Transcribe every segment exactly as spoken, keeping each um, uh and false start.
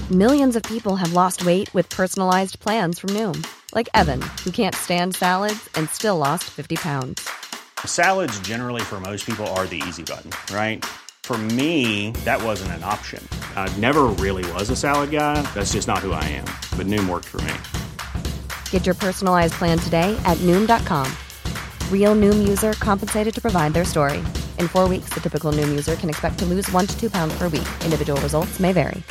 Millions of people have lost weight with personalized plans from Noom. Like Evan, who can't stand salads and still lost fifty pounds. Salads generally for most people are the easy button, right? For me, that wasn't an option. I never really was a salad guy. That's just not who I am. But Noom worked for me. Get your personalized plan today at Noom dot com. Real Noom user compensated to provide their story. In four weeks, the typical Noom user can expect to lose one to two pounds per week. Individual results may vary.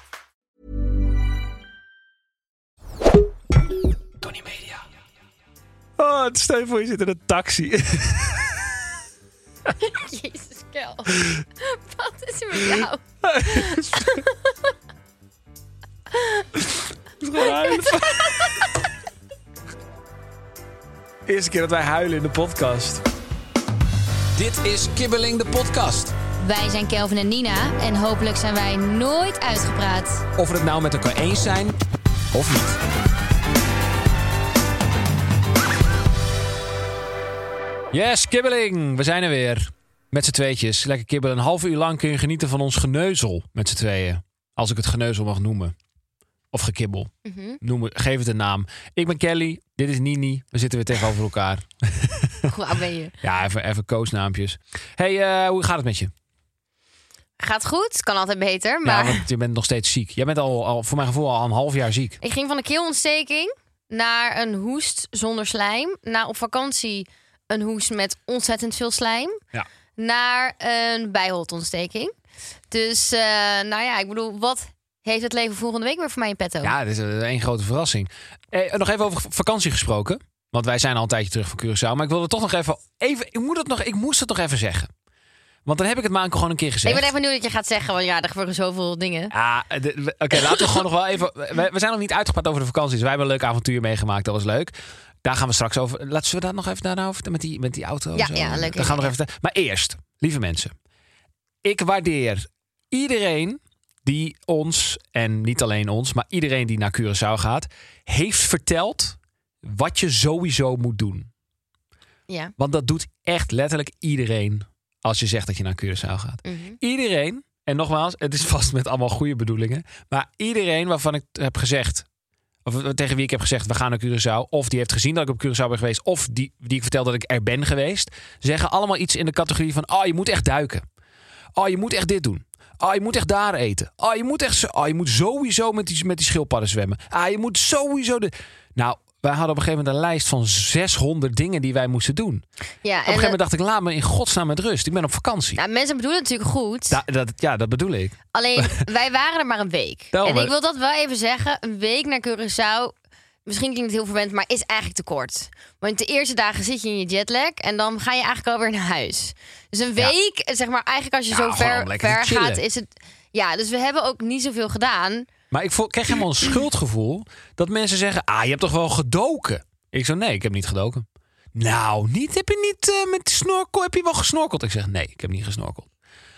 Tony Media. Oh, stel je voor, je zit in een taxi. Jezus, Kel. Wat is er met jou? Eerste keer dat wij huilen in de podcast. Dit is Kibbeling de podcast. Wij zijn Kelvin en Nina en hopelijk zijn wij nooit uitgepraat. Of we het nou met elkaar eens zijn of niet. Yes, Kibbeling. We zijn er weer. Met z'n tweetjes. Lekker kibbelen. Een half uur lang kun je genieten van ons geneuzel met z'n tweeën. Als ik het geneuzel mag noemen. Of gekibbel. Mm-hmm. Noem het, geef het een naam. Ik ben Kelly. Dit is Nini. We zitten weer tegenover elkaar. Hoe oud ben je? Ja, even, even koosnaampjes. Hey, uh, hoe gaat het met je? Gaat goed. Kan altijd beter. Maar... Ja, want je bent nog steeds ziek. Jij bent al, al voor mijn gevoel al een half jaar ziek. Ik ging van een keelontsteking naar een hoest zonder slijm. Naar op vakantie een hoest met ontzettend veel slijm. Ja. Naar een bijholteontsteking. Dus, uh, nou ja, ik bedoel, wat heeft het leven volgende week weer voor mij in petto? Ja, dit is een grote verrassing. Eh, nog even over vakantie gesproken. Want wij zijn al een tijdje terug van Curaçao. Maar ik wilde toch nog even... even ik, moet het nog, ik moest het nog even zeggen. Want dan heb ik het maar gewoon een keer gezegd. Ik ben even benieuwd dat je gaat zeggen. Want ja, er gebeuren zoveel dingen. Ah, Oké, okay, laten we gewoon nog wel even... We, we zijn nog niet uitgepraat over de vakanties. Wij hebben een leuk avontuur meegemaakt. Dat was leuk. Daar gaan we straks over... Laten we daar nog even daarna over... Met die, met die auto. Ja, zo. ja, leuk. Daar gaan we nog even... Maar eerst, lieve mensen. Ik waardeer iedereen die ons... En niet alleen ons, maar iedereen die naar Curaçao gaat... Heeft verteld wat je sowieso moet doen. Ja. Want dat doet echt letterlijk iedereen... Als je zegt dat je naar Curaçao gaat. Mm-hmm. Iedereen, en nogmaals, het is vast met allemaal goede bedoelingen. Maar iedereen waarvan ik heb gezegd, of tegen wie ik heb gezegd, we gaan naar Curaçao. Of die heeft gezien dat ik op Curaçao ben geweest. Of die, die ik vertel dat ik er ben geweest. Zeggen allemaal iets in de categorie van, oh, je moet echt duiken. Oh, je moet echt dit doen. Oh, je moet echt daar eten. Oh, je moet echt, oh, je moet sowieso met die, met die schildpadden zwemmen. Ah, je moet sowieso de... Nou, wij hadden op een gegeven moment een lijst van zeshonderd dingen die wij moesten doen. Ja, op een gegeven moment dacht ik, laat me in godsnaam met rust. Ik ben op vakantie. Nou, mensen bedoelen het natuurlijk goed. Da, dat, ja, dat bedoel ik. Alleen, wij waren er maar een week. Nou, en maar... ik wil dat wel even zeggen. Een week naar Curaçao, misschien klinkt het heel verwend, maar is eigenlijk te kort. Want de eerste dagen zit je in je jetlag en dan ga je eigenlijk alweer naar huis. Dus een week, ja. zeg maar, eigenlijk als je ja, zo ver, ver gaat, is het... Ja, dus we hebben ook niet zoveel gedaan... Maar ik voel, krijg helemaal een schuldgevoel dat mensen zeggen... Ah, je hebt toch wel gedoken? Ik zeg, nee, ik heb niet gedoken. Nou, niet, heb je niet uh, met snorkel, heb je wel gesnorkeld? Ik zeg, nee, ik heb niet gesnorkeld.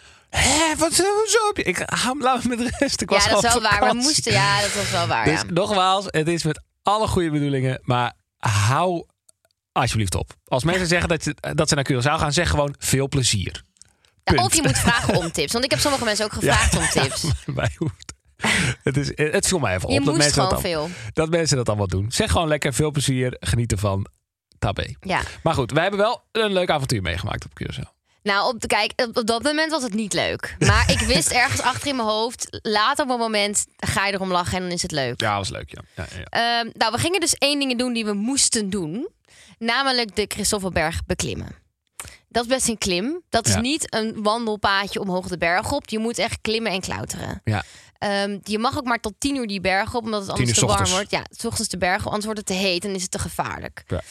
Hé, wat, hoezo heb je... Ik hou laat me met rust. Ik was ja, dat is wel vakantie. waar. We moesten, ja, dat was wel waar, Dus ja. nogmaals, het is met alle goede bedoelingen, maar hou alsjeblieft op. Als mensen zeggen dat, je, dat ze naar Curaçao gaan, zeg gewoon veel plezier. Ja, of je moet vragen om tips. Want ik heb sommige mensen ook gevraagd ja, om tips. Ja, mij hoeft... Het, is, het viel mij even op. Je dat moest mensen gewoon dat veel. Dat mensen dat allemaal doen. Zeg gewoon lekker veel plezier. Genieten van tabé. Ja. Maar goed, wij hebben wel een leuk avontuur meegemaakt op Curaçao. Nou, op, kijk, op dat moment was het niet leuk. Maar ik wist ergens achter in mijn hoofd... later op een moment ga je erom lachen en dan is het leuk. Ja, dat was leuk, ja. ja, ja, ja. Uh, nou, we gingen dus één ding doen die we moesten doen. Namelijk de Christoffelberg beklimmen. Dat is best een klim. Dat is ja. niet een wandelpaadje omhoog de berg op. Je moet echt klimmen en klauteren. Ja. Um, je mag ook maar tot tien uur die berg op, omdat het anders te warm wordt. Ja, 's ochtends de berg op, anders wordt het te heet en is het te gevaarlijk. Ja.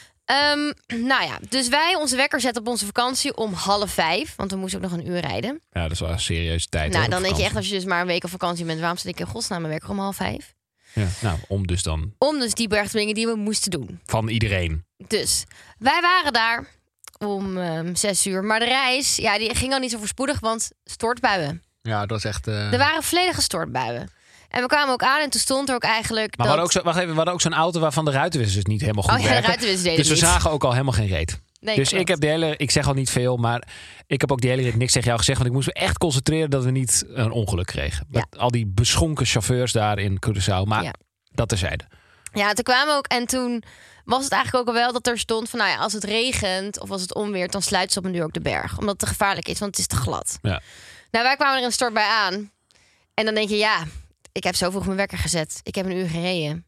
Um, nou ja, dus wij onze wekker zetten op onze vakantie om half vijf. Want we moesten ook nog een uur rijden. Ja, dat is wel een serieuze tijd. Nou, hoor, dan denk je echt, als je dus maar een week op vakantie bent... waarom zet ik in godsnaam mijn wekker om half vijf? Ja, nou, om dus dan... Om dus die bergdingen die we moesten doen. Van iedereen. Dus, wij waren daar om um, zes uur. Maar de reis, ja, die ging al niet zo voorspoedig, want stortbuien. Ja, dat is echt... Uh... Er waren volledige stortbuien. En we kwamen ook aan en toen stond er ook eigenlijk... Maar dat... we hadden ook, zo, wacht even, we hadden ook zo'n auto waarvan de ruitenwissers niet helemaal goed oh, ja, werken. de ruitenwissers deden Dus we niet. zagen ook al helemaal geen reet. Nee, dus klopt. ik heb de hele, ik zeg al niet veel, maar ik heb ook die hele rit niks tegen jou gezegd. Want ik moest me echt concentreren dat we niet een ongeluk kregen. Met Ja. al die beschonken chauffeurs daar in Curaçao. Maar Ja. dat terzijde. Ja, toen kwamen we ook en toen was het eigenlijk ook al wel dat er stond van, nou ja, als het regent of als het onweert, dan sluiten ze op een duur ook de berg, omdat het te gevaarlijk is, want het is te glad. Ja. Nou, wij kwamen er een stort bij aan en dan denk je, ja, ik heb zo vroeg mijn wekker gezet, ik heb een uur gereden,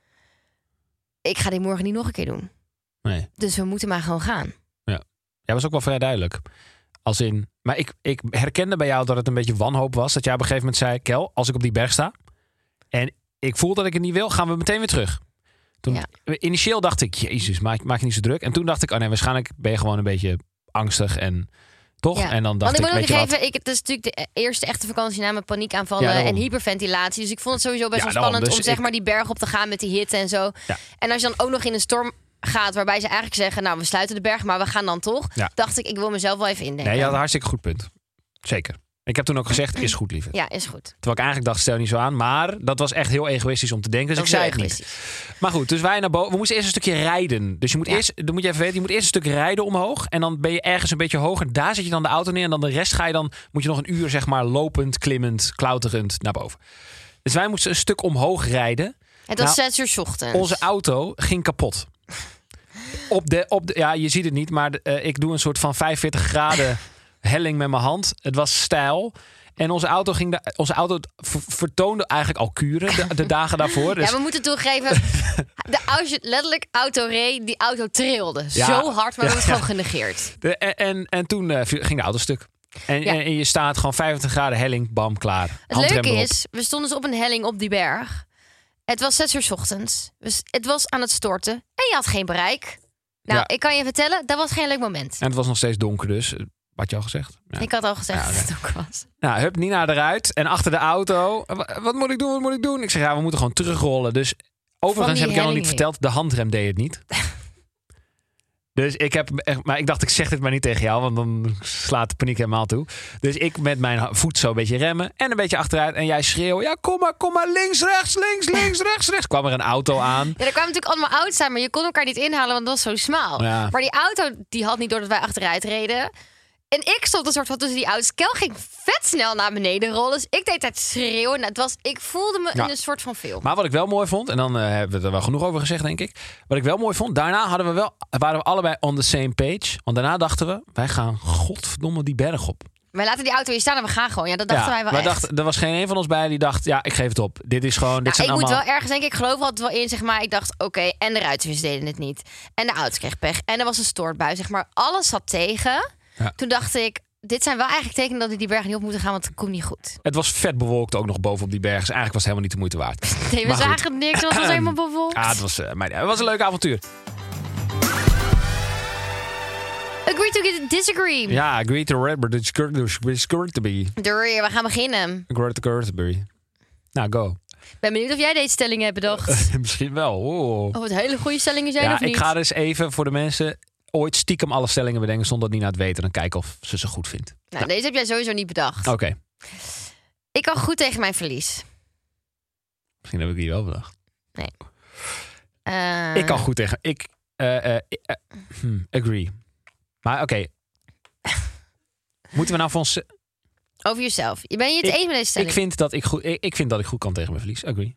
ik ga dit morgen niet nog een keer doen, Nee. dus we moeten maar gewoon gaan. Ja, was ook wel vrij duidelijk. Als in, maar ik, ik herkende bij jou dat het een beetje wanhoop was. Dat jij op een gegeven moment zei, Kel, als ik op die berg sta en ik voel dat ik het niet wil, gaan we meteen weer terug. Toen, Ja. Initieel dacht ik, jezus, maak, maak je niet zo druk. En toen dacht ik, oh nee, waarschijnlijk ben je gewoon een beetje angstig en toch? Ja. En dan dacht Want ik ik, moet weet ook je wat? even, ik, het is natuurlijk de eerste echte vakantie na mijn paniekaanvallen Ja, daarom. en hyperventilatie. Dus ik vond het sowieso best Ja, wel daarom. spannend Dus om zeg ik- maar die berg op te gaan met die hitte en zo. Ja. En als je dan ook nog in een storm gaat waarbij ze eigenlijk zeggen, nou we sluiten de berg, maar we gaan dan toch. Ja. Dacht ik, ik wil mezelf wel even indenken. Nee, je had een hartstikke goed punt. Zeker. Ik heb toen ook gezegd, is goed, lieve. Ja, is goed. Terwijl ik eigenlijk dacht, stel niet zo aan. Maar dat was echt heel egoïstisch om te denken. Dus Dat ik is zei heel het niet. egoïstisch. Maar goed, dus wij naar boven. We moesten eerst een stukje rijden. Dus je moet Ja. eerst, dan moet je even weten, je moet eerst een stuk rijden omhoog. En dan ben je ergens een beetje hoger. Daar zet je dan de auto neer. En dan de rest ga je dan, moet je nog een uur zeg maar lopend, klimmend, klauterend naar boven. Dus wij moesten een stuk omhoog rijden. Het was Nou, zes uur 's ochtends. Onze auto ging kapot. Op de, op de, ja, je ziet het niet, maar uh, ik doe een soort van vijfenveertig graden helling met mijn hand. Het was stijl. En onze auto, ging da- onze auto v- vertoonde eigenlijk al kuren de, de dagen daarvoor. Dus Ja, we moeten toegeven, de, als je letterlijk auto reed, die auto trilde. Ja. Zo hard, maar we Ja, hebben het ja. gewoon genegeerd. de, en, en, en toen uh, ging de auto stuk. En, Ja. en, en je staat gewoon vijfentwintig graden helling, bam, klaar. Het Handrem leuke erop. is, we stonden dus op een helling op die berg. Het was zes uur 's ochtends. Dus het was aan het storten. En je had geen bereik. Nou, Ja. ik kan je vertellen, dat was geen leuk moment. En het was nog steeds donker dus. uh, Had je al gezegd? Ja. Ik had al gezegd Ja, dat oké. het ook was. Nou, hup, Nina eruit. En achter de auto. Wa- Wat moet ik doen? Wat moet ik doen? Ik zeg, ja, we moeten gewoon terugrollen. Dus overigens die heb ik jou nog niet helling verteld. De handrem deed het niet. Dus ik heb echt, maar ik dacht, ik zeg dit maar niet tegen jou, want dan slaat de paniek helemaal toe. Dus ik met mijn ha- voet zo een beetje remmen en een beetje achteruit. En jij schreeuwt, ja, kom maar, kom maar, links, rechts, links, links, rechts, rechts. Kwam er een auto aan. Ja, er kwamen natuurlijk allemaal auto's aan, maar je kon elkaar niet inhalen, want het was zo smal. Ja. Maar die auto, die had niet door dat wij achteruit reden. En ik stond een soort van tussen die auto's. Kel ging vet snel naar beneden rollen. Dus ik deed het schreeuwen. Nou, het was, ik voelde me Ja. in een soort van film. Maar wat ik wel mooi vond, en dan uh, hebben we er wel genoeg over gezegd, denk ik. Wat ik wel mooi vond, daarna hadden we wel, waren we allebei on the same page. Want daarna dachten we, wij gaan godverdomme die berg op. Wij laten die auto hier staan en we gaan gewoon. Ja, dat dachten wij wel wij echt. dachten, er was geen een van ons bij die dacht, ja, ik geef het op. Dit is gewoon, dit Nou, zijn ik moet allemaal... wel ergens denken, ik geloof altijd wel in, zeg maar. Ik dacht, oké, en de ruitenvis deden het niet. En de auto's kreeg pech. En er was een stoortbui, zeg maar. Alles zat tegen. Ja. Toen dacht ik, dit zijn wel eigenlijk tekenen dat we die berg niet op moeten gaan, want het komt niet goed. Het was vet bewolkt ook nog boven op die berg. Dus eigenlijk was het helemaal niet de moeite waard. Nee, we Maar goed. zagen niks, want het was helemaal bewolkt. Ja, het was, uh, maar, ja, het was een leuk avontuur. Agree to disagree. Ja, agree to red, but it's good to be. Doei, we gaan beginnen. Agree to be. Nou, go. Ik ben benieuwd of jij deze stellingen hebt bedacht. Misschien wel. Oh. Of het hele goede stellingen zijn Ja, of niet. ik ga dus even voor de mensen ooit stiekem alle stellingen bedenken zonder dat Nina het weet. En dan kijken of ze ze goed vindt. Nou, deze heb jij sowieso niet bedacht. Oké. Ik kan goed tegen mijn verlies. Misschien heb ik die wel bedacht. Eh, Ik kan goed tegen... Ik, eh, eh, eh, hmm, agree. Maar oké. Moeten we nou van ons... Over jezelf. Je bent je het Ik- eens met deze stelling? Ik vind, dat ik, goed, ik, ik vind dat ik goed kan tegen mijn verlies. Agree.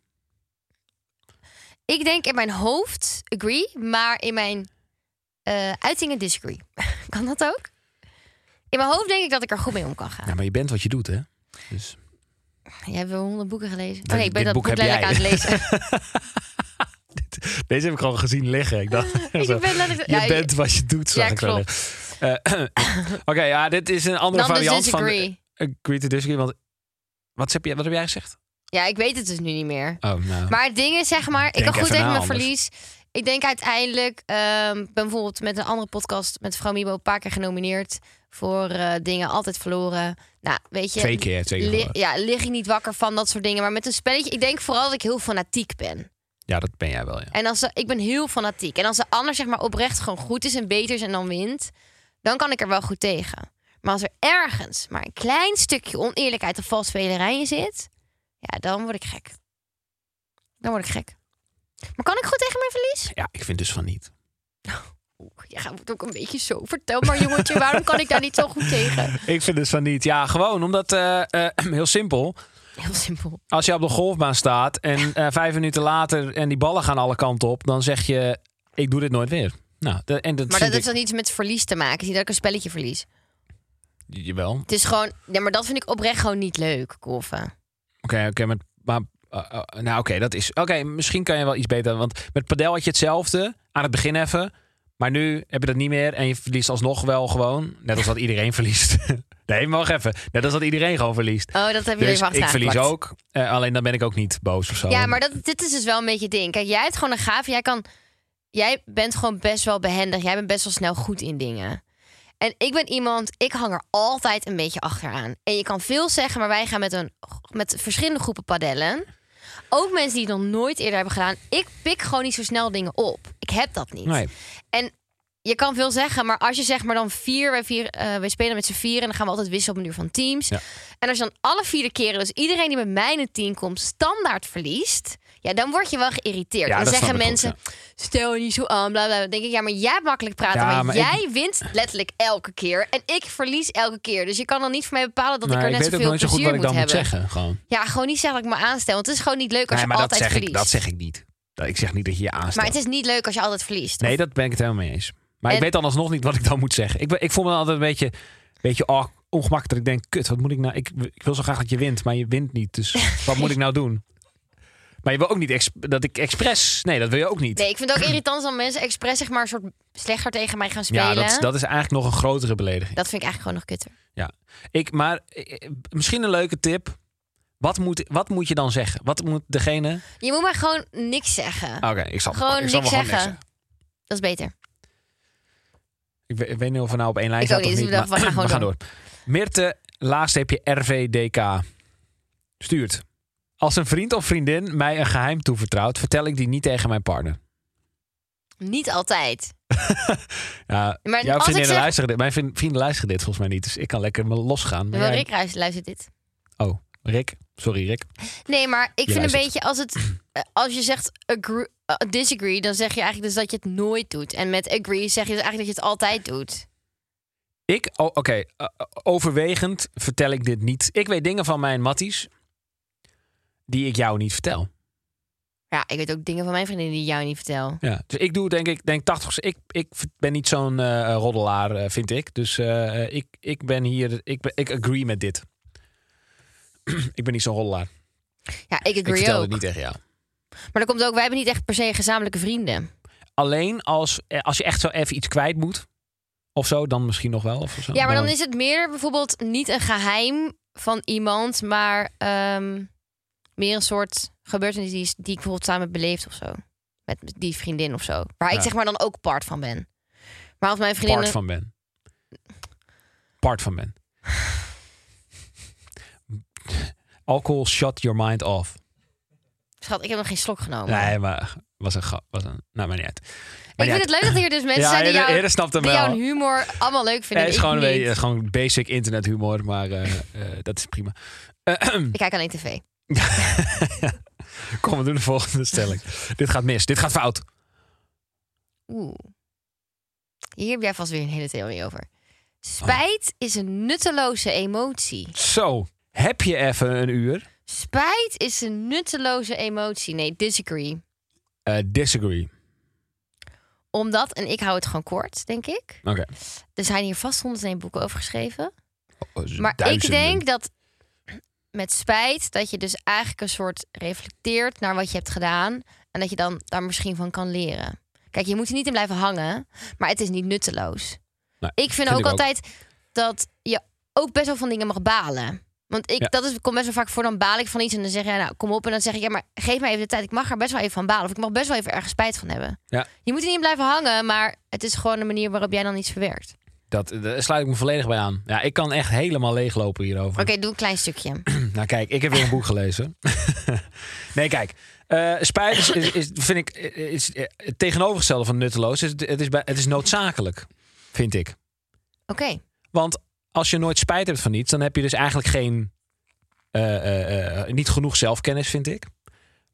Ik denk in mijn hoofd agree, maar in mijn eh, uitingen disagree. Kan dat ook? In mijn hoofd denk ik dat ik er goed mee om kan gaan. Ja, maar je bent wat je doet, hè? Dus... Jij hebt wel honderd boeken gelezen. Dit- Oh nee, ik ben dit dat boek boek heb letterlijk aan jij. het lezen. Deze heb ik gewoon gezien liggen. Ik dacht, ik zo, ben letterlijk... je ja, bent wat je doet, zag Ja, ik wel klopt. liggen. Eh, Oké, ja, dit is een andere Dan dus variant van... disagree. Agree to disagree, want... Wat heb, je, wat heb jij gezegd? Ja, ik weet het dus nu niet meer. Oh, nou. Maar het ding is, zeg maar, ik Denk kan goed even tegen na mijn anders. verlies. Ik denk uiteindelijk, ehm, ik ben bijvoorbeeld met een andere podcast met vrouw Mibo een paar keer genomineerd voor eh, dingen altijd verloren. Nou, weet je, Twee keer, twee keer li- verloren. ja, lig ik niet wakker van dat soort dingen. Maar met een spelletje, ik denk vooral dat ik heel fanatiek ben. Ja, dat ben jij wel, ja. En als ze, ik ben heel fanatiek. En als de ander zeg maar oprecht gewoon goed is en beter is en dan wint, dan kan ik er wel goed tegen. Maar als er ergens maar een klein stukje oneerlijkheid of valspelerij in zit, ja, dan word ik gek. Dan word ik gek. Maar kan ik goed tegen mijn verlies? Ja, ik vind dus van niet. Je gaat ook een beetje zo. Vertel maar, jongetje, waarom kan ik daar niet zo goed tegen? Ik vind het van niet. Ja, gewoon omdat, uh, uh, heel simpel. Heel simpel. Als je op de golfbaan staat en uh, vijf minuten later en die ballen gaan alle kanten op, dan zeg je, ik doe dit nooit weer. Nou, de, en dat maar dat vind heeft ik... dan iets met verlies te maken. Het is niet dat ik een spelletje verlies. Jawel. Het is gewoon... Ja, maar dat vind ik oprecht gewoon niet leuk, golfen. Oké, okay, oké, okay, maar... Uh, uh, nou, oké, okay, dat is... Oké, okay, misschien kan je wel iets beter. Want met padel had je hetzelfde. Aan het begin even. Maar nu heb je dat niet meer. En je verliest alsnog wel gewoon. Net als dat iedereen verliest. Nee, maar wacht even. Net als dat iedereen gewoon verliest. Oh, dat heb je dus even ik verlies aangeplakt. ook. Uh, alleen dan ben ik ook niet boos of zo. Ja, maar dat, dit is dus wel een beetje het ding. Kijk, jij hebt gewoon een gaaf. Jij kan... Jij bent gewoon best wel behendig. Jij bent best wel snel goed in dingen. En ik ben iemand, ik hang er altijd een beetje achteraan. En je kan veel zeggen, maar wij gaan met, een, met verschillende groepen padellen. Ook mensen die het nog nooit eerder hebben gedaan. Ik pik gewoon niet zo snel dingen op. Ik heb dat niet. Nee. En je kan veel zeggen, maar als je zeg maar dan vier... Wij, vier, uh, wij spelen met z'n vier en dan gaan we altijd wisselen op een duur van teams. Ja. En als je dan alle vier de keren, dus iedereen die met mij in het team komt, standaard verliest... Ja, dan word je wel geïrriteerd. Ja, dan dat zeggen snap ik mensen, ook, ja. stel je niet zo aan, bla bla. Dan denk ik, ja, maar jij hebt makkelijk praten, Ja, maar, maar jij ik- wint letterlijk elke keer. En ik verlies elke keer. Dus je kan dan niet voor mij bepalen dat Maar ik er ik net weet ook zoveel nooit zo goed plezier wat ik moet dan moet hebben. zeggen. Gewoon. Ja, gewoon niet zeggen dat ik me aanstel. Want het is gewoon niet leuk als Nee, je maar dat altijd zeg, verliest. ik, dat zeg ik niet. Ik zeg niet dat je je aanstelt. Maar het is niet leuk als je altijd verliest. Nee, Of- dat ben ik het helemaal mee eens. Maar En- ik weet dan alsnog niet wat ik dan moet zeggen. Ik, ben- ik voel me dan altijd een beetje, beetje oh, ongemakkelijk. Dat ik denk, kut, wat moet ik nou... Ik, ik wil zo graag dat je wint, maar je wint niet. Dus wat moet ik nou doen? Maar je wil ook niet ex- dat ik expres... Nee, dat wil je ook niet. Nee, ik vind het ook irritant als mensen expres zeg maar een soort slechter tegen mij gaan spelen. ja, dat, dat is eigenlijk nog een grotere belediging. Dat vind ik eigenlijk gewoon nog kutter. Ja. Ik, maar eh, misschien een leuke tip. Wat moet, wat moet je dan zeggen? Wat moet degene... Je moet maar gewoon niks zeggen. Oké, ik zal, Gewoon ik zal niks maar gewoon zeggen. Dat is beter. Ik weet, ik weet niet of we nou op één lijn Ik staan ook of niet, niet. dus we maar gaan gewoon we gaan door. door. Meerte, laatst heb je R V D K. Stuurt. Als een vriend of vriendin mij een geheim toevertrouwt, vertel ik die niet tegen mijn partner. Niet altijd. Ja, Maar jouw als ik vriendinnen zeg- luisteren dit. Mijn vriend- vrienden luisteren dit volgens mij niet. Dus ik kan lekker me losgaan. Maar Wel, jij- Rick luistert, luistert dit. Oh, Rick. Sorry, Rick. Nee, maar ik Je vind een luistert. beetje als het eh, als je zegt agree, eh, disagree, dan zeg je eigenlijk dus dat je het nooit doet. En met agree zeg je dus eigenlijk dat je het altijd doet. Ik, oh, oké, eh, overwegend vertel ik dit niet. Ik weet dingen van mijn matties die ik jou niet vertel. Ja, ik weet ook dingen van mijn vriendinnen die ik jou niet vertel. Ja, dus ik doe denk ik denk tachtig. Ik, ik ben niet zo'n eh, roddelaar, eh, vind ik. Dus eh, ik, ik ben hier, ik, ben, ik agree met dit. Ik ben niet zo'n roddelaar. Ja, ik Ik agree vertel ook. het niet tegen jou. Maar dan komt ook, wij hebben niet echt per se gezamenlijke vrienden. Alleen als, eh, als je echt zo even iets kwijt moet. Of zo, dan misschien nog wel. Of zo. Ja, maar dan is het meer bijvoorbeeld niet een geheim van iemand, maar ehm, meer een soort gebeurtenis die, die ik bijvoorbeeld samen heb beleefd of zo. Met die vriendin of zo. Waar Ja. ik zeg maar dan ook part van ben. Maar als mijn vriendin... Part van ben. Part van ben. Alcohol shut your mind off. Schat, ik heb nog geen slok genomen. Nee, maar was een... ga- Was een nou, maar niet uit. ik vind het leuk dat hier dus mensen Ja, zijn die, Hidde- jou, Hidde snapt hem die wel. jouw humor allemaal leuk vinden. Het is ik gewoon, een niet. beetje, gewoon basic internethumor, maar eh, eh, dat is prima. Ik kijk alleen tv. Kom, we doen de volgende stelling. Dit gaat mis, dit gaat fout. Oeh. Hier heb jij vast weer een hele theorie over. Spijt is een nutteloze emotie. Zo, heb je even een uur? Spijt is een nutteloze emotie. Nee, disagree. Uh, disagree. Omdat, en ik hou het gewoon kort, denk ik. Oké. Er zijn hier vast honderdéén boeken over geschreven. Oh, dus Maar duizenden. ik denk dat met spijt dat je dus eigenlijk een soort reflecteert naar wat je hebt gedaan. En dat je dan daar misschien van kan leren. Kijk, je moet er niet in blijven hangen, maar het is niet nutteloos. Nee, ik vind, vind ook ik ook. altijd dat je ook best wel van dingen mag balen. Want ik, Ja. dat is, komt best wel vaak voor, dan baal ik van iets en dan zeg je, nou kom op. En dan zeg ik, ja, maar geef mij even de tijd. Ik mag er best wel even van balen. Of ik mag best wel even ergens spijt van hebben. Ja. Je moet er niet in blijven hangen, maar het is gewoon de manier waarop jij dan iets verwerkt. Dat, daar sluit ik me volledig bij aan. Ja, ik kan echt helemaal leeglopen hierover. Oké, doe een klein stukje. Nou kijk, ik heb weer een boek gelezen. Nee, kijk. eh, spijt is, is, is- vind ik is, eh, het tegenovergestelde van nutteloos. Het, het, is bij, het is noodzakelijk, vind ik. Oké. Want als je nooit spijt hebt van iets, dan heb je dus eigenlijk geen, eh, eh, eh, niet genoeg zelfkennis, vind ik.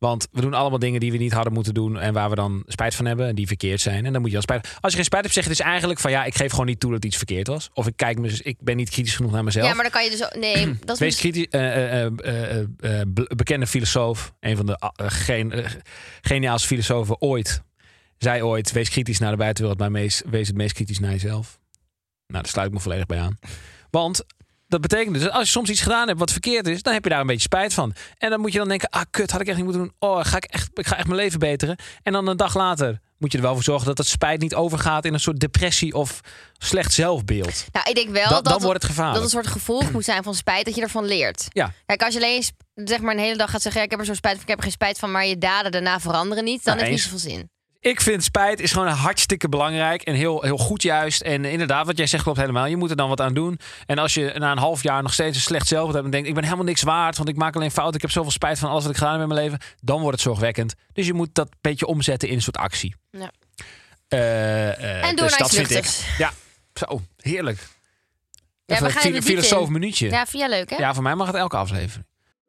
Want we doen allemaal dingen die we niet hadden moeten doen. En waar we dan spijt van hebben. En die verkeerd zijn. En dan moet je dan spijt. Als je geen spijt hebt, zeg je dus eigenlijk van ja, ik geef gewoon niet toe dat iets verkeerd was. Of ik kijk me, ik ben niet kritisch genoeg naar mezelf. Ja, maar dan kan je dus... ook- Nee, dat is... Wees kritisch. Uh, uh, uh, uh, uh, bekende filosoof. Een van de uh, gen, uh, geniaalste filosofen ooit. Zei ooit, wees kritisch naar de buitenwereld. Maar meest, wees het meest kritisch naar jezelf. Nou, daar sluit ik me volledig bij aan. Want... Dat betekent dus dat als je soms iets gedaan hebt wat verkeerd is, dan heb je daar een beetje spijt van. En dan moet je dan denken, ah kut, had ik echt niet moeten doen. Oh, ga ik, echt, ik ga echt mijn leven beteren. En dan een dag later moet je er wel voor zorgen dat dat spijt niet overgaat in een soort depressie of slecht zelfbeeld. Nou, ik denk wel Da- dat, dan wordt het gevaarlijk. dat een soort gevolg moet zijn van spijt, dat je ervan leert. Ja. Kijk, als je alleen zeg maar een hele dag gaat zeggen, ja, ik heb er zo spijt van, ik heb er geen spijt van, maar je daden daarna veranderen niet, dan Nou, heeft het eens. niet zoveel zin. Ik vind spijt is gewoon hartstikke belangrijk en heel, heel goed juist. En inderdaad, wat jij zegt klopt helemaal. Je moet er dan wat aan doen. En als je na een half jaar nog steeds een slecht zelfbeeld hebt en denkt, ik ben helemaal niks waard, want ik maak alleen fouten. Ik heb zoveel spijt van alles wat ik gedaan heb in mijn leven. Dan wordt het zorgwekkend. Dus je moet dat een beetje omzetten in een soort actie. Ja. Uh, uh, En door dus naar dat iets vind ik. luchtigs. Ja, zo, heerlijk. Ja, Even we gaan een er diep filosoof in. minuutje. Ja, vind jij leuk, hè? Ja, voor mij mag het elke aflevering.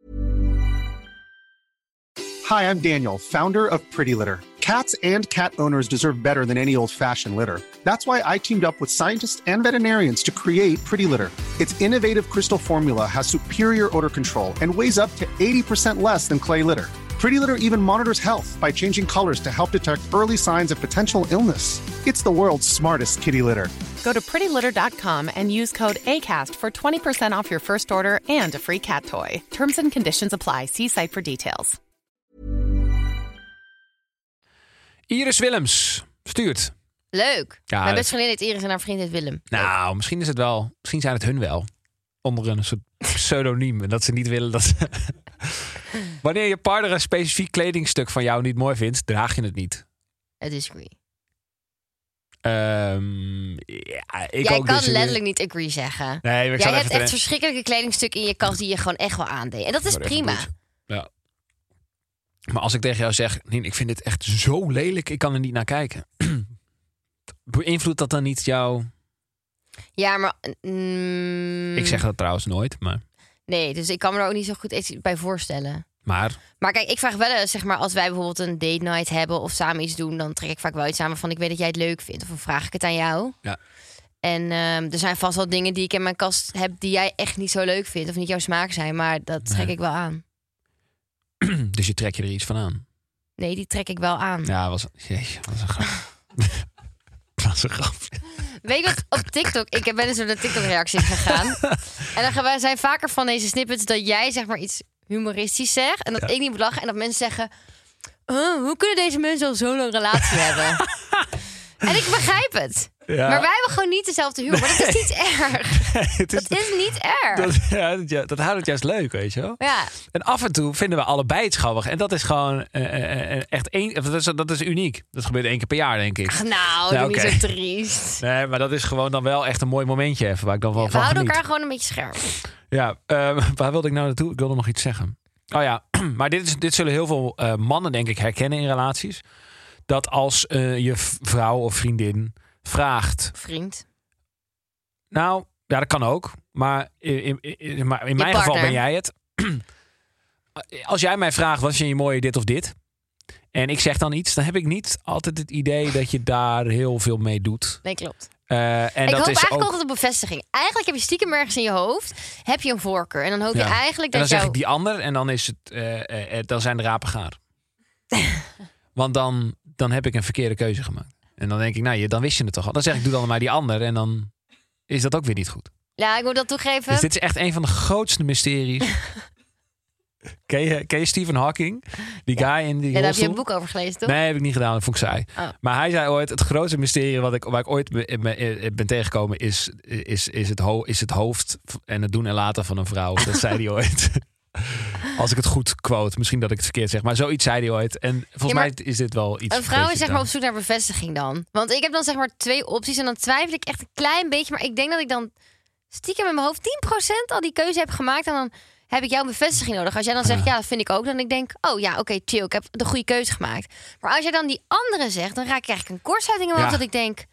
Hi, I'm Daniel, founder of Pretty Litter. Cats and cat owners deserve better than any old-fashioned litter. That's why I teamed up with scientists and veterinarians to create Pretty Litter. Its innovative crystal formula has superior odor control and weighs up to eighty percent less than clay litter. Pretty Litter even monitors health by changing colors to help detect early signs of potential illness. It's the world's smartest kitty litter. Go to pretty litter dot com and use code ACAST for twenty percent off your first order and a free cat toy. Terms and conditions apply. See site for details. Iris Willems stuurt. Leuk. Ja, Mijn dat- beste vriendin heet Iris en haar vriend heet Willem. Nou, misschien is het wel. Misschien zijn het hun wel. Onder een soort pseudoniem. En dat ze niet willen dat ze... Wanneer je partner een specifiek kledingstuk van jou niet mooi vindt, draag je het niet. I disagree. Ehm ja, ik Jij ook kan dus- letterlijk niet agree zeggen. Nee, maar ik Jij zal hebt even echt te- verschrikkelijke kledingstukken in je kast die je gewoon echt wel aandeed. En dat is Word even prima. bloed. Ja. Maar als ik tegen jou zeg, Nien, ik vind dit echt zo lelijk, ik kan er niet naar kijken. Beïnvloedt dat dan niet jou? Ja, maar... mm, Ik zeg dat trouwens nooit, maar... Nee, dus ik kan me er ook niet zo goed iets bij voorstellen. Maar Maar kijk, ik vraag wel eens, zeg maar, als wij bijvoorbeeld een date night hebben of samen iets doen, dan trek ik vaak wel iets aan waarvan ik weet dat jij het leuk vindt. Of dan vraag ik het aan jou. ja. En ehm, er zijn vast wel dingen die ik in mijn kast heb die jij echt niet zo leuk vindt of niet jouw smaak zijn, maar dat trek Nee. ik wel aan. Dus je trek je er iets van aan. Nee, die trek ik wel aan. Ja, was, jeetje, was een grap. was een grap. Weet je wat, op TikTok, ik ben dus door de TikTok-reacties gegaan. En dan gaan wij- zijn vaker van deze snippets dat jij zeg maar iets humoristisch zegt en dat Ja. ik niet moet lachen en dat mensen zeggen, "Huh, hoe kunnen deze mensen al zo lang een relatie hebben? En ik begrijp het. Ja. Maar wij hebben gewoon niet dezelfde humor. Maar dat is niet erg. Het is, Dat is niet erg. dat, ja, dat, ja, dat houdt het juist leuk, weet je wel. Ja, En af en toe vinden we allebei het grappig. En dat is gewoon eh, eh, eh, echt één. Dat is, dat is uniek. Dat gebeurt één keer per jaar, denk ik. ach, nou, Nou, doe oké. niet zo triest. Nee, maar dat is gewoon dan wel echt een mooi momentje even. Waar ik dan wel We van houden geniet. elkaar gewoon een beetje scherp. Ja, eh, waar wilde ik nou naartoe? Ik wilde nog iets zeggen. Oh ja, maar dit, is, dit zullen heel veel eh, mannen, denk ik, herkennen in relaties. Dat als eh, je v- vrouw of vriendin vraagt... Vriend. Nou, ja, dat kan ook. Maar in, in, in, maar in mijn partner. geval ben jij het. Als jij mij vraagt, wat vind je mooi, dit of dit? En ik zeg dan iets, dan heb ik niet altijd het idee dat je daar heel veel mee doet. Nee, klopt. Eh, en ik dat hoop is eigenlijk ook... altijd op bevestiging. Eigenlijk heb je stiekem ergens in je hoofd, heb je een voorkeur. En dan hoop Ja. je eigenlijk En dan dat zeg jou... ik die ander en dan, is het, eh, eh, eh, dan zijn de rapen gaar. Want dan, dan heb ik een verkeerde keuze gemaakt. En dan denk ik, nou, je, dan wist je het toch al. Dan zeg ik, doe dan maar die ander. En dan is dat ook weer niet goed. Ja, ik moet dat toegeven. Dus dit is echt een van de grootste mysteries. ken, je, ken je Stephen Hawking? Die guy in die Ja, daar heb je rolstoel? een boek over gelezen, toch? Nee, heb ik niet gedaan. Dat vond ik saai. Oh. Maar hij zei ooit, het grootste mysterie wat ik, waar ik ooit be- be- ben tegengekomen is, is, is, het ho- is het hoofd en het doen en laten van een vrouw. Dat zei hij ooit. Als ik het goed quote. Misschien dat ik het verkeerd zeg. Maar zoiets zei hij ooit. En volgens Ja, maar mij is dit wel iets... Een vrouw is beetje zeg maar dan. op zoek naar bevestiging dan. Want ik heb dan zeg maar twee opties en dan twijfel ik echt een klein beetje. Maar ik denk dat ik dan stiekem in mijn hoofd tien procent al die keuze heb gemaakt. En dan heb ik jouw bevestiging nodig. Als jij dan zegt, ja, dat vind ik ook. Dan denk ik, oh ja, oké, chill, ik heb de goede keuze gemaakt. Maar als jij dan die andere zegt, dan raak ik eigenlijk een kortsluiting in mijn Ja. hoofd. Dat ik denk,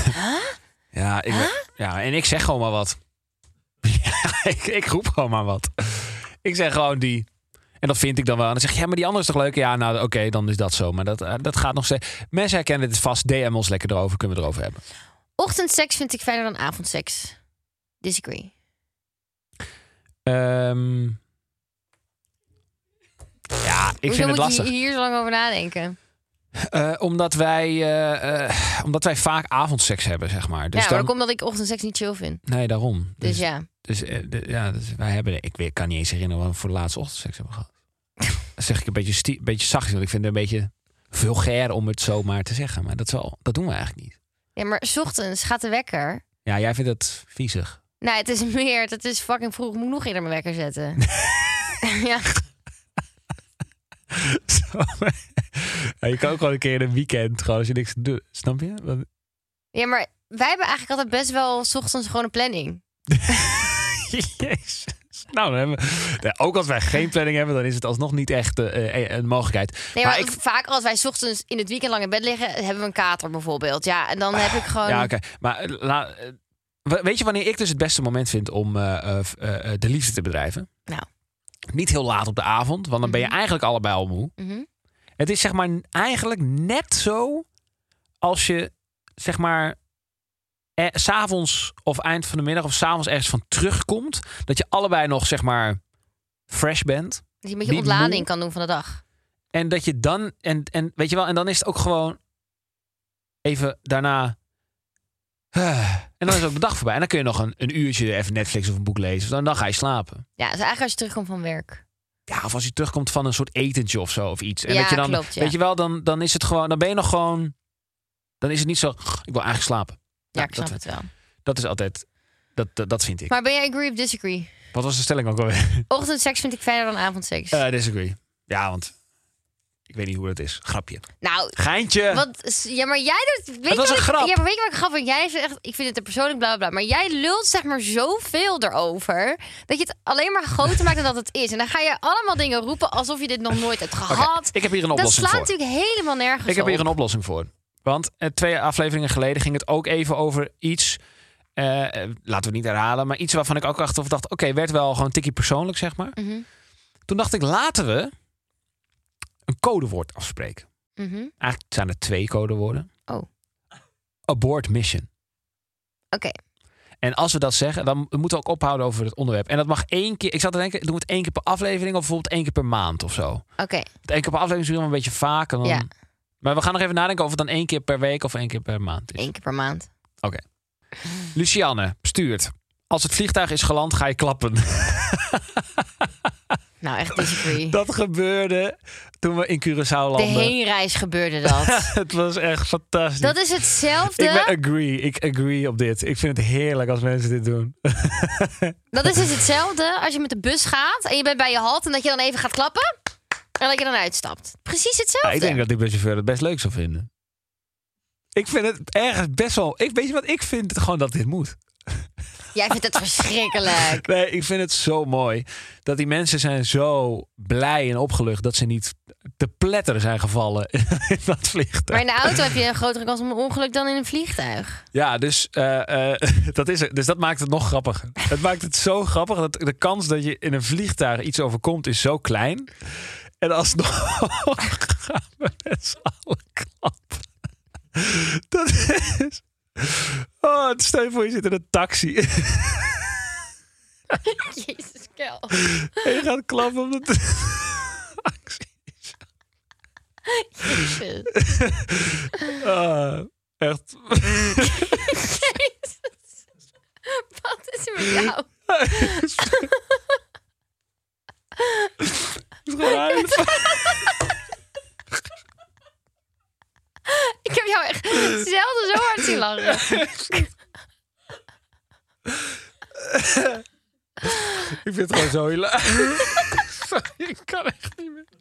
Ja, ik, ja, en ik zeg gewoon maar wat. Ja, ik, ik roep gewoon maar wat. Ik zeg gewoon die... En dat vind ik dan wel. En dan zeg je, ja, maar die andere is toch leuk? Ja, nou, oké, okay, dan is dat zo. Maar dat, uh, dat gaat nog steeds... Mensen herkennen dit vast. D M ons lekker erover. Kunnen we het erover hebben. Ochtendseks vind ik fijner dan avondseks. Disagree. Um, ja, ik Hoezo vind het moet lastig. je hier zo lang over nadenken? Uh, omdat, wij, uh, uh, omdat wij vaak avondseks hebben, zeg maar. Dus ja, maar dan... ook omdat ik ochtendseks niet chill vind. Nee, daarom. Dus, Dus ja. Dus, uh, de, ja, dus wij hebben... Ik weet, kan niet eens herinneren wat we voor de laatste ochtendseks hebben gehad. Dat zeg ik een beetje, stie- beetje zacht. Want ik vind het een beetje vulgair om het zo maar te zeggen. Maar dat, wel, dat doen we eigenlijk niet. Ja, maar 's ochtends gaat de wekker. Ja, jij vindt het viezig. Nee, het is meer. Het is fucking vroeg. Ik moet nog eerder mijn wekker zetten. ja. Zo, ja, je kan ook gewoon een keer in een weekend, gewoon als je niks doet. Snap je? Wat... ja, maar wij hebben eigenlijk altijd best wel 's ochtends gewoon een planning. Jezus. Nou, dan hebben we... nee, ook als wij geen planning hebben, dan is het alsnog niet echt uh, een mogelijkheid. Nee, maar, maar ik... vaak als wij 's ochtends in het weekend lang in bed liggen, hebben we een kater bijvoorbeeld. Ja, en dan heb ik gewoon... Ja, oké. Okay. Maar uh, la... uh, weet je wanneer ik dus het beste moment vind om uh, uh, uh, de liefde te bedrijven? Nou. Niet heel laat op de avond, want dan ben je eigenlijk allebei al moe. Mm-hmm. Het is zeg maar eigenlijk net zo als je zeg maar eh, 's avonds of eind van de middag of 's avonds ergens van terugkomt, dat je allebei nog zeg maar fresh bent. Dat je een beetje ontlading moe. kan doen van de dag. En dat je dan en en weet je wel, en dan is het ook gewoon even daarna. Uh, en dan is ook de dag voorbij. En dan kun je nog een, een uurtje even Netflix of een boek lezen. Dan, dan ga je slapen. Ja, dus eigenlijk als je terugkomt van werk. Ja, of als je terugkomt van een soort etentje of zo of iets. En ja, dat je dan, klopt, ja. weet je wel, dan, dan is het gewoon, dan ben je nog gewoon, dan is het niet zo, ik wil eigenlijk slapen. Ja, nou, ik snap dat, het wel. Dat is altijd, dat, dat, dat vind ik. Maar ben jij agree of disagree? Wat was de stelling ook alweer? Ochtendseks vind ik fijner dan avondseks. Uh, disagree. Ja, want ik weet niet hoe dat is. Grapje. Nou, geintje. Wat, ja, maar jij doet. Weet het was je een ik, grap. Ja, maar weet je wat ik grappig vind? Jij zegt, ik vind het er persoonlijk bla bla bla. Maar jij lult zeg maar zoveel erover dat je het alleen maar groter maakt dan dat het is. En dan ga je allemaal dingen roepen alsof je dit nog nooit hebt gehad. Okay, ik heb hier een oplossing voor. voor. Dat slaat natuurlijk helemaal nergens op. Ik heb hier een oplossing voor. Want uh, twee afleveringen geleden ging het ook even over iets. Uh, laten we het niet herhalen, maar iets waarvan ik ook achteraf dacht: oké, okay, werd wel gewoon een tikkie persoonlijk, zeg maar. Mm-hmm. Toen dacht ik, laten we een codewoord afspreken. Mm-hmm. Eigenlijk zijn er twee codewoorden. Oh. Abort mission. Oké. Okay. En als we dat zeggen, dan moeten we ook ophouden over het onderwerp. En dat mag één keer. Ik zat te denken, doen we het één keer per aflevering of bijvoorbeeld één keer per maand of zo. Oké. Okay. Eén keer per aflevering is helemaal een beetje vaak. En dan... Ja. Maar we gaan nog even nadenken of het dan één keer per week of één keer per maand is. Eén keer per maand. Oké. Okay. Lucianne stuurt. Als het vliegtuig is geland, ga je klappen. Nou, echt disagree. Dat gebeurde toen we in Curaçao landden. De heenreis gebeurde dat. Het was echt fantastisch. Dat is hetzelfde. Ik ben agree. Ik agree op dit. Ik vind het heerlijk als mensen dit doen. Dat is dus hetzelfde als je met de bus gaat en je bent bij je halt en dat je dan even gaat klappen en dat je dan uitstapt. Precies hetzelfde. Ja, ik denk dat die buschauffeur het best leuk zou vinden. Ik vind het ergens best wel... Ik, weet je wat? Ik vind het gewoon dat dit moet. Jij vindt het verschrikkelijk. Nee, ik vind het zo mooi. Dat die mensen zijn zo blij en opgelucht dat ze niet te pletter zijn gevallen in dat vliegtuig. Maar in de auto heb je een grotere kans op een ongeluk dan in een vliegtuig. Ja, dus, uh, uh, dat is het. Dus dat maakt het nog grappiger. Het maakt het zo grappig dat de kans dat je in een vliegtuig iets overkomt is zo klein. En alsnog gaan we met z'n allen klappen. Dat is... Oh, stel je voor, je zit in een taxi. Jezus, Kel. En je gaat klappen op de taxi. Jezus. Uh, echt. Jezus. Wat is er met jou? Ik heb jou echt zelden zo hard zien lachen. Ik vind het gewoon zo hilarisch. Ik kan echt niet meer.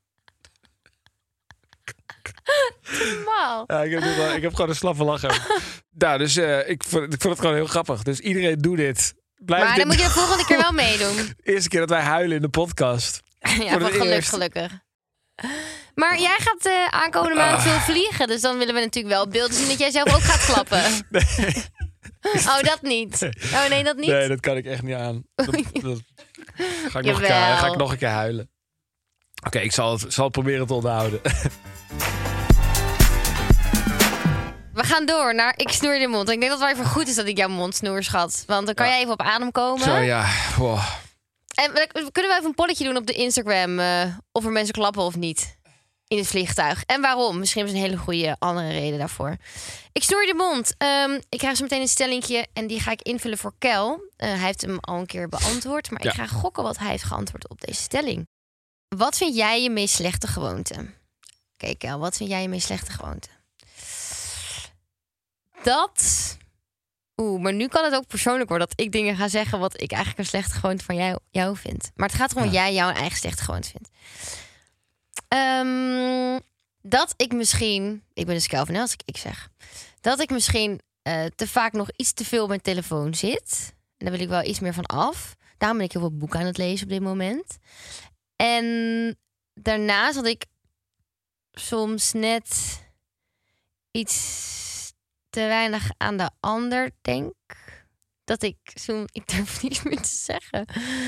Normaal. Ja, ik, heb gewoon, ik heb gewoon een slaffe lachen. Nou, dus uh, ik, vond, ik vond het gewoon heel grappig. Dus iedereen doet dit. Blijf maar dit dan moet je de volgende keer wel meedoen. De eerste keer dat wij huilen in de podcast. Ja, van geluk, eerst. gelukkig. Maar jij gaat uh, aankomende maand veel vliegen. Dus dan willen we natuurlijk wel op beelden zien dat jij zelf ook gaat klappen. Nee. Oh, dat niet? Oh, nee, dat niet? Nee, dat kan ik echt niet aan. Dat, dat ga, ik nog een keer, ga ik nog een keer huilen. Oké, okay, ik zal het, zal het proberen te onthouden. We gaan door naar Ik snoer je de mond. Ik denk dat het wel even goed is dat ik jouw mond snoer, schat. Want dan kan ja. jij even op adem komen. Zo, ja. Wow. En we, kunnen we even een polletje doen op de Instagram... Uh, of er mensen klappen of niet in het vliegtuig. En waarom? Misschien is een hele goede andere reden daarvoor. Ik snoer je de mond. Um, ik krijg zo meteen een stellingje en die ga ik invullen voor Kel. Uh, hij heeft hem al een keer beantwoord. Maar ja. ik ga gokken wat hij heeft geantwoord op deze stelling. Wat vind jij je meest slechte gewoonte? Oké, okay, Kel, wat vind jij je meest slechte gewoonte? Dat... Oeh, maar nu kan het ook persoonlijk worden dat ik dingen ga zeggen wat ik eigenlijk een slechte gewoonte van jou, jou vind. Maar het gaat erom ja. wat jij jouw eigen slechte gewoonte vindt. Um, dat ik misschien... Ik ben dus Kelvin als ik ik zeg. Dat ik misschien uh, te vaak nog iets te veel op mijn telefoon zit. En daar wil ik wel iets meer van af. Daarom ben ik heel veel boeken aan het lezen op dit moment. En daarnaast dat ik soms net iets... te weinig aan de ander denk. Dat ik zo... Ik durf niet meer te zeggen.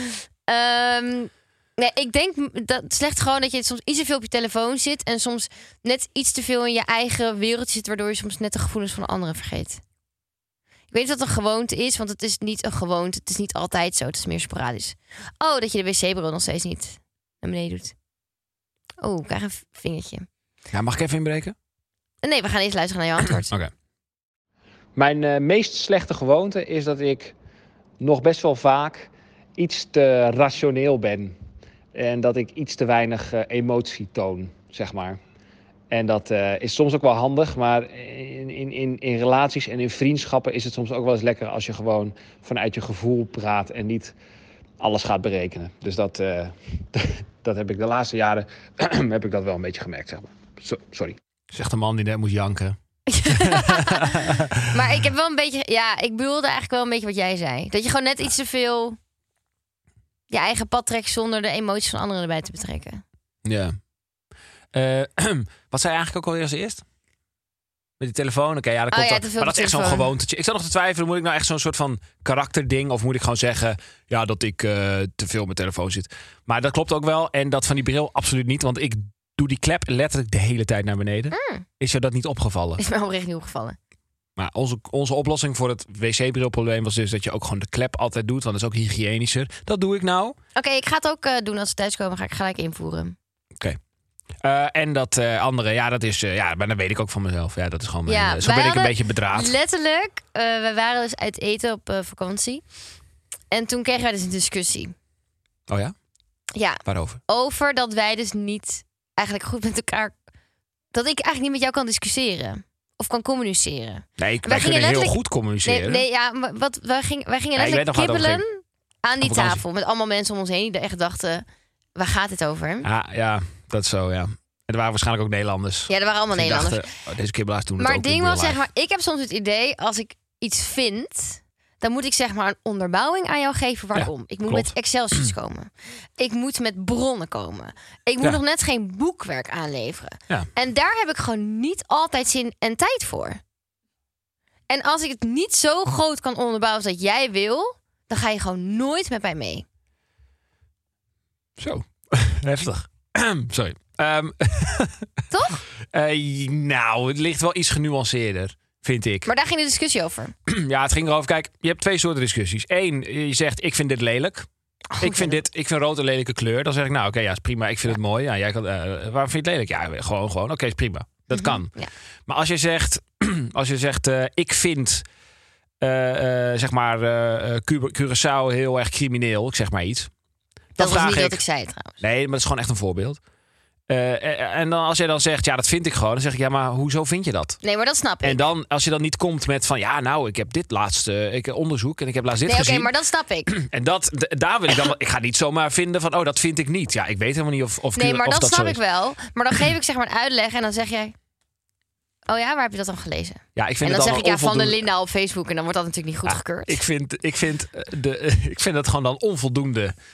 Um, nee, ik denk dat slecht gewoon dat je soms iets te veel op je telefoon zit... en soms net iets te veel in je eigen wereldje zit... waardoor je soms net de gevoelens van de anderen vergeet. Ik weet dat het een gewoonte is, want het is niet een gewoonte. Het is niet altijd zo, het is meer sporadisch. Oh, dat je de wc-bril nog steeds niet naar beneden doet. Oh, ik krijg een vingertje. Ja, mag ik even inbreken? Nee, we gaan eerst luisteren naar je antwoord. Oké. Okay. Mijn uh, meest slechte gewoonte is dat ik nog best wel vaak iets te rationeel ben. En dat ik iets te weinig uh, emotie toon, zeg maar. En dat uh, is soms ook wel handig, maar in, in, in, in relaties en in vriendschappen is het soms ook wel eens lekker als je gewoon vanuit je gevoel praat en niet alles gaat berekenen. Dus dat, uh, dat heb ik de laatste jaren heb ik dat wel een beetje gemerkt, zeg maar. So, sorry. Zegt een man die net moest janken. Maar ik heb wel een beetje... Ja, ik bedoelde eigenlijk wel een beetje wat jij zei. Dat je gewoon net iets te veel... je eigen pad trekt zonder de emoties van anderen erbij te betrekken. Ja. Uh, wat zei je eigenlijk ook alweer als eerst? Met die telefoon? Oké, okay, ja, dat oh, komt ja, dan. Maar dat is echt zo'n gewoontetje. Ik zat nog te twijfelen, moet ik nou echt zo'n soort van karakterding... of moet ik gewoon zeggen, ja, dat ik uh, te veel op mijn telefoon zit. Maar dat klopt ook wel. En dat van die bril absoluut niet, want ik... doe die klep letterlijk de hele tijd naar beneden. Mm. Is je dat niet opgevallen? Is mij oprecht niet opgevallen. Maar onze, onze oplossing voor het wc-brilprobleem was dus dat je ook gewoon de klep altijd doet. Want dat is ook hygiënischer. Dat doe ik nou. Oké, okay, ik ga het ook uh, doen als we thuiskomen. Ga ik gelijk invoeren. Oké. Okay. Uh, en dat uh, andere, ja, dat is... Uh, ja, maar dat weet ik ook van mezelf. Ja, dat is gewoon mijn, ja, uh, zo ben ik een beetje bedraad. Letterlijk, uh, we waren dus uit eten op uh, vakantie. En toen kregen wij dus een discussie. Oh ja? Ja. Waarover? Over dat wij dus niet... eigenlijk goed met elkaar... dat ik eigenlijk niet met jou kan discussiëren. Of kan communiceren. Nee, ik, wij, wij kunnen heel goed communiceren. Nee, nee ja, maar wat, wij, gingen, wij gingen letterlijk ja, kibbelen aan die tafel. Met allemaal mensen om ons heen die echt dachten... waar gaat het over? Ja, ja, dat is zo, ja. En er waren waarschijnlijk ook Nederlanders. Ja, er waren allemaal dus Nederlanders. Dachten, oh, deze kibbelaars doen maar het ook. Maar het ding was, zeg maar, ik heb soms het idee... als ik iets vind... dan moet ik zeg maar een onderbouwing aan jou geven waarom. Ja, ik moet klopt. met Excel-sheets komen. Ik moet met bronnen komen. Ik moet ja. nog net geen boekwerk aanleveren. Ja. En daar heb ik gewoon niet altijd zin en tijd voor. En als ik het niet zo groot kan onderbouwen als dat jij wil... dan ga je gewoon nooit met mij mee. Zo, heftig. Sorry. Um, Toch? Uh, nou, het ligt wel iets genuanceerder. Vind ik. Maar daar ging de discussie over. Ja, het ging erover. Kijk, je hebt twee soorten discussies. Eén, je zegt, ik vind dit lelijk. Oh, ik vind dit, ik vind rood een lelijke kleur. Dan zeg ik, nou, oké, okay, ja, is prima. Ik vind ja. het mooi. Ja, jij kan, uh, waarom vind je het lelijk? Ja, gewoon, gewoon. Oké, okay, is prima. Dat mm-hmm. kan. Ja. Maar als je zegt, als je zegt, uh, ik vind, uh, uh, zeg maar, uh, Curaçao heel erg crimineel. Ik zeg maar iets. Dat was niet ik, wat ik zei trouwens. Nee, maar dat is gewoon echt een voorbeeld. Uh, en dan als jij dan zegt, ja, dat vind ik gewoon. Dan zeg ik, ja, maar hoezo vind je dat? Nee, maar dat snap ik. En dan, als je dan niet komt met van, ja, nou, ik heb dit laatste ik, onderzoek en ik heb laatst dit nee, gezien. Oké, okay, maar dat snap ik. En dat, d- daar wil ik dan, ik ga niet zomaar vinden van, oh, dat vind ik niet. Ja, ik weet helemaal niet of, of nee, maar of dat, dat snap zo ik wel. Maar dan geef ik zeg maar een uitleg en dan zeg jij, oh ja, waar heb je dat dan gelezen? Ja, ik vind en dan het zeg ik, ja, onvoldoende... van de Linda op Facebook en dan wordt dat natuurlijk niet goedgekeurd. Ja, ik vind, ik vind, de, ik vind dat gewoon dan onvoldoende.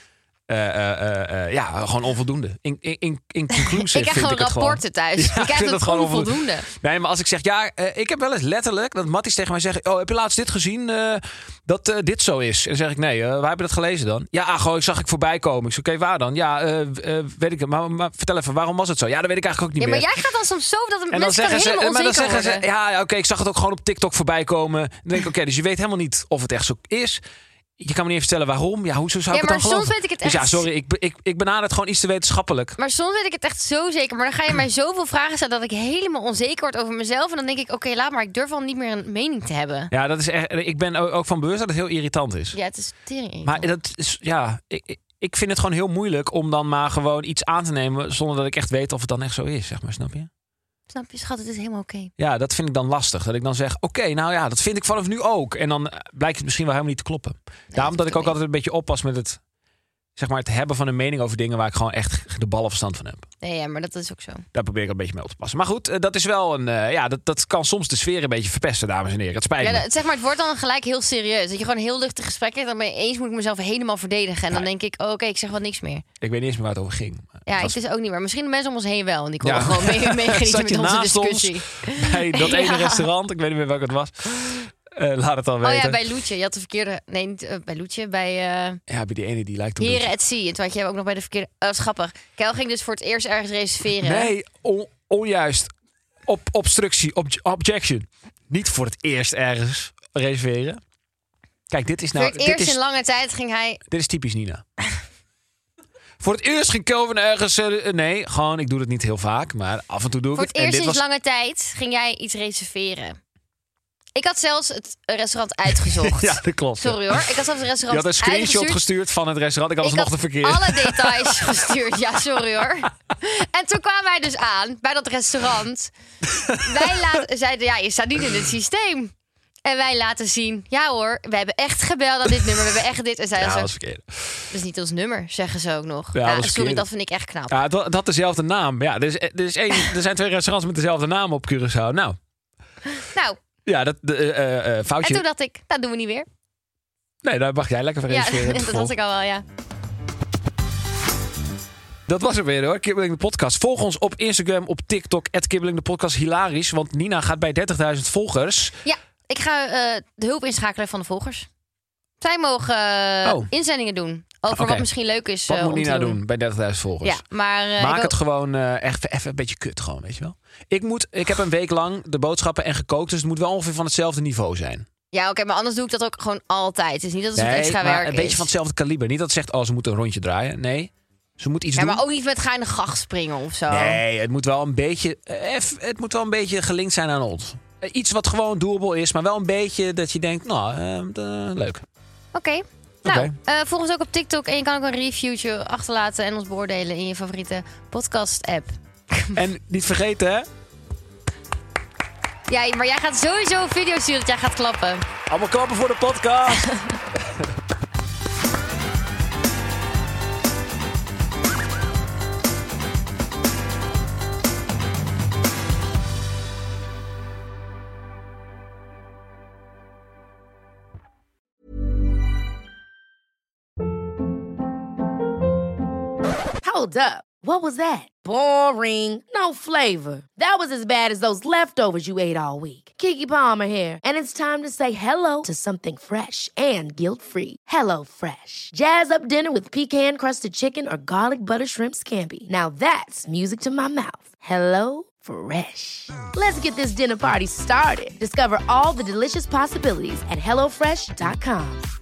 Uh, uh, uh, ja, gewoon onvoldoende. In, in, in conclusive ik krijg vind gewoon ik het rapporten gewoon. thuis. Ja, ik krijg vind het gewoon onvoldoende. Nee, maar als ik zeg, ja, uh, ik heb wel eens letterlijk dat Matties tegen mij zegt, oh, heb je laatst dit gezien? Uh, dat uh, dit zo is. En dan zeg ik, nee, uh, waar heb je dat gelezen dan? Ja, ah, gewoon zag ik voorbij komen. Ik zeg, oké, okay, waar dan? Ja, uh, uh, weet ik het. Maar, maar vertel even, waarom was het zo? Ja, dat weet ik eigenlijk ook niet ja, meer. Maar jij gaat dan soms zo dat de en dan mensen zeggen helemaal ze, maar dan zeggen worden. ze, ja, ja oké, okay, ik zag het ook gewoon op TikTok voorbij komen. Dan denk ik, oké, okay, dus je weet helemaal niet of het echt zo is. Je kan me niet even vertellen waarom. Ja, hoezo zou ja, ik het dan maar soms geloven? weet ik het echt. Dus ja, sorry, ik, ik, ik benader het gewoon iets te wetenschappelijk. Maar soms weet ik het echt zo zeker. Maar dan ga je mij zoveel vragen stellen dat ik helemaal onzeker word over mezelf. En dan denk ik, oké, okay, laat maar. Ik durf al niet meer een mening te hebben. Ja, dat is echt. Ik ben ook van bewust dat het heel irritant is. Ja, het is tering. Maar dat is, ja, ik, ik vind het gewoon heel moeilijk om dan maar gewoon iets aan te nemen zonder dat ik echt weet of het dan echt zo is, zeg maar, snap je? Snap je, schat, het is helemaal oké. Okay. Ja, dat vind ik dan lastig. Dat ik dan zeg, oké, okay, nou ja, dat vind ik vanaf nu ook. En dan blijkt het misschien wel helemaal niet te kloppen. Ja, Daarom dat, dat ik ook altijd een beetje oppas met het, zeg maar, het hebben van een mening over dingen waar ik gewoon echt de ballenverstand van heb. Nee, ja, maar dat is ook zo. Daar probeer ik een beetje mee op te passen. Maar goed, dat is wel een, uh, ja, dat, dat kan soms de sfeer een beetje verpesten, dames en heren. Het spijt ja, me. Dat, zeg maar, het wordt dan gelijk heel serieus. Dat je gewoon een heel luchtig gesprek hebt. Dan ben je eens moet ik mezelf helemaal verdedigen. En dan ja. denk ik, oh, oké, okay, ik zeg wel niks meer. Ik weet niet eens meer waar het over ging. Ja, was... ik dus ook niet meer. Misschien de mensen om ons heen wel. En die konden ja. gewoon mee, meegenieten met onze discussie. Ons, bij dat ene ja. restaurant. Ik weet niet meer welk het was. Uh, laat het dan weten. Oh ja, bij Loetje. Je had de verkeerde... Nee, niet uh, bij Loetje. Bij... Uh... Ja, bij die ene die lijkt op Heren at Sea. En toen had je ook nog bij de verkeerde... Oh, dat is grappig. Kel ging dus voor het eerst ergens reserveren. Nee, on, onjuist. Op, obstructie. Ob, objection. Niet voor het eerst ergens reserveren. Kijk, dit is nou... Voor het dit eerst is, in lange tijd ging hij... Dit is typisch Nina. Voor het eerst ging Kelvin ergens... Uh, nee, gewoon, ik doe het niet heel vaak. Maar af en toe doe ik voor het. Voor het eerst en dit sinds was... lange tijd ging jij iets reserveren. Ik had zelfs het restaurant uitgezocht. Ja, dat klopt. Sorry hoor. Ik had zelfs het restaurant Je had een screenshot gestuurd van het restaurant. Ik had ik alsnog had de verkeerde. alle details gestuurd. Ja, sorry hoor. En toen kwamen wij dus aan bij dat restaurant. Wij laten, zeiden, ja, je staat niet in het systeem. En wij laten zien, ja hoor, we hebben echt gebeld aan dit nummer. We hebben echt dit. En zij ja, dat zo, was verkeerd. Dat is niet ons nummer, zeggen ze ook nog. Ja, ja, dat sorry, verkeerd. dat vind ik echt knap. Ja, dat had dezelfde naam. Ja, er, is, er, is één, er zijn twee restaurants met dezelfde naam op Curaçao. Nou. Nou. Ja, dat uh, uh, uh, foutje. En toen dacht ik, dat doen we niet weer. Nee, daar mag jij lekker voor reserveren. Ja, dat was ik al wel, ja. Dat was het weer hoor, Kibbeling de podcast. Volg ons op Instagram, op TikTok, at Kibbeling de podcast. Hilarisch, want Nina gaat bij dertigduizend volgers. Ja, ik ga uh, de hulp inschakelen van de volgers. Zij mogen uh, oh. inzendingen doen over okay. wat misschien leuk is. Wat uh, moet om Nina te doen. doen bij dertigduizend volgers? Ja, maar, uh, Maak ik het gewoon uh, echt even een beetje kut, gewoon, weet je wel. Ik, moet, ik heb een week lang de boodschappen en gekookt, dus het moet wel ongeveer van hetzelfde niveau zijn. Ja, oké, okay, maar anders doe ik dat ook gewoon altijd. Het is niet dat het nee, extra maar werk een is. beetje van hetzelfde kaliber. Niet dat het zegt, oh, ze moeten een rondje draaien. Nee, ze moet iets ja, doen. Maar ook niet met ga in de gracht springen of zo. Nee, het moet wel een beetje, uh, het moet wel een beetje gelinkt zijn aan ons. Uh, iets wat gewoon doable is, maar wel een beetje dat je denkt, nou, uh, uh, leuk. Oké. Okay. Nou, okay. uh, volg ons ook op TikTok en je kan ook een reviewtje achterlaten en ons beoordelen in je favoriete podcast-app. En niet vergeten, hè? Ja, maar jij gaat sowieso een video sturen dat jij gaat klappen. Allemaal klappen voor de podcast. Hold up. What was that? Boring. No flavor. That was as bad as those leftovers you ate all week. Keke Palmer here, and it's time to say hello to something fresh and guilt-free. Hello Fresh. Jazz up dinner with pecan-crusted chicken or garlic butter shrimp scampi. Now that's music to my mouth. Hello Fresh. Let's get this dinner party started. Discover all the delicious possibilities at hello fresh dot com.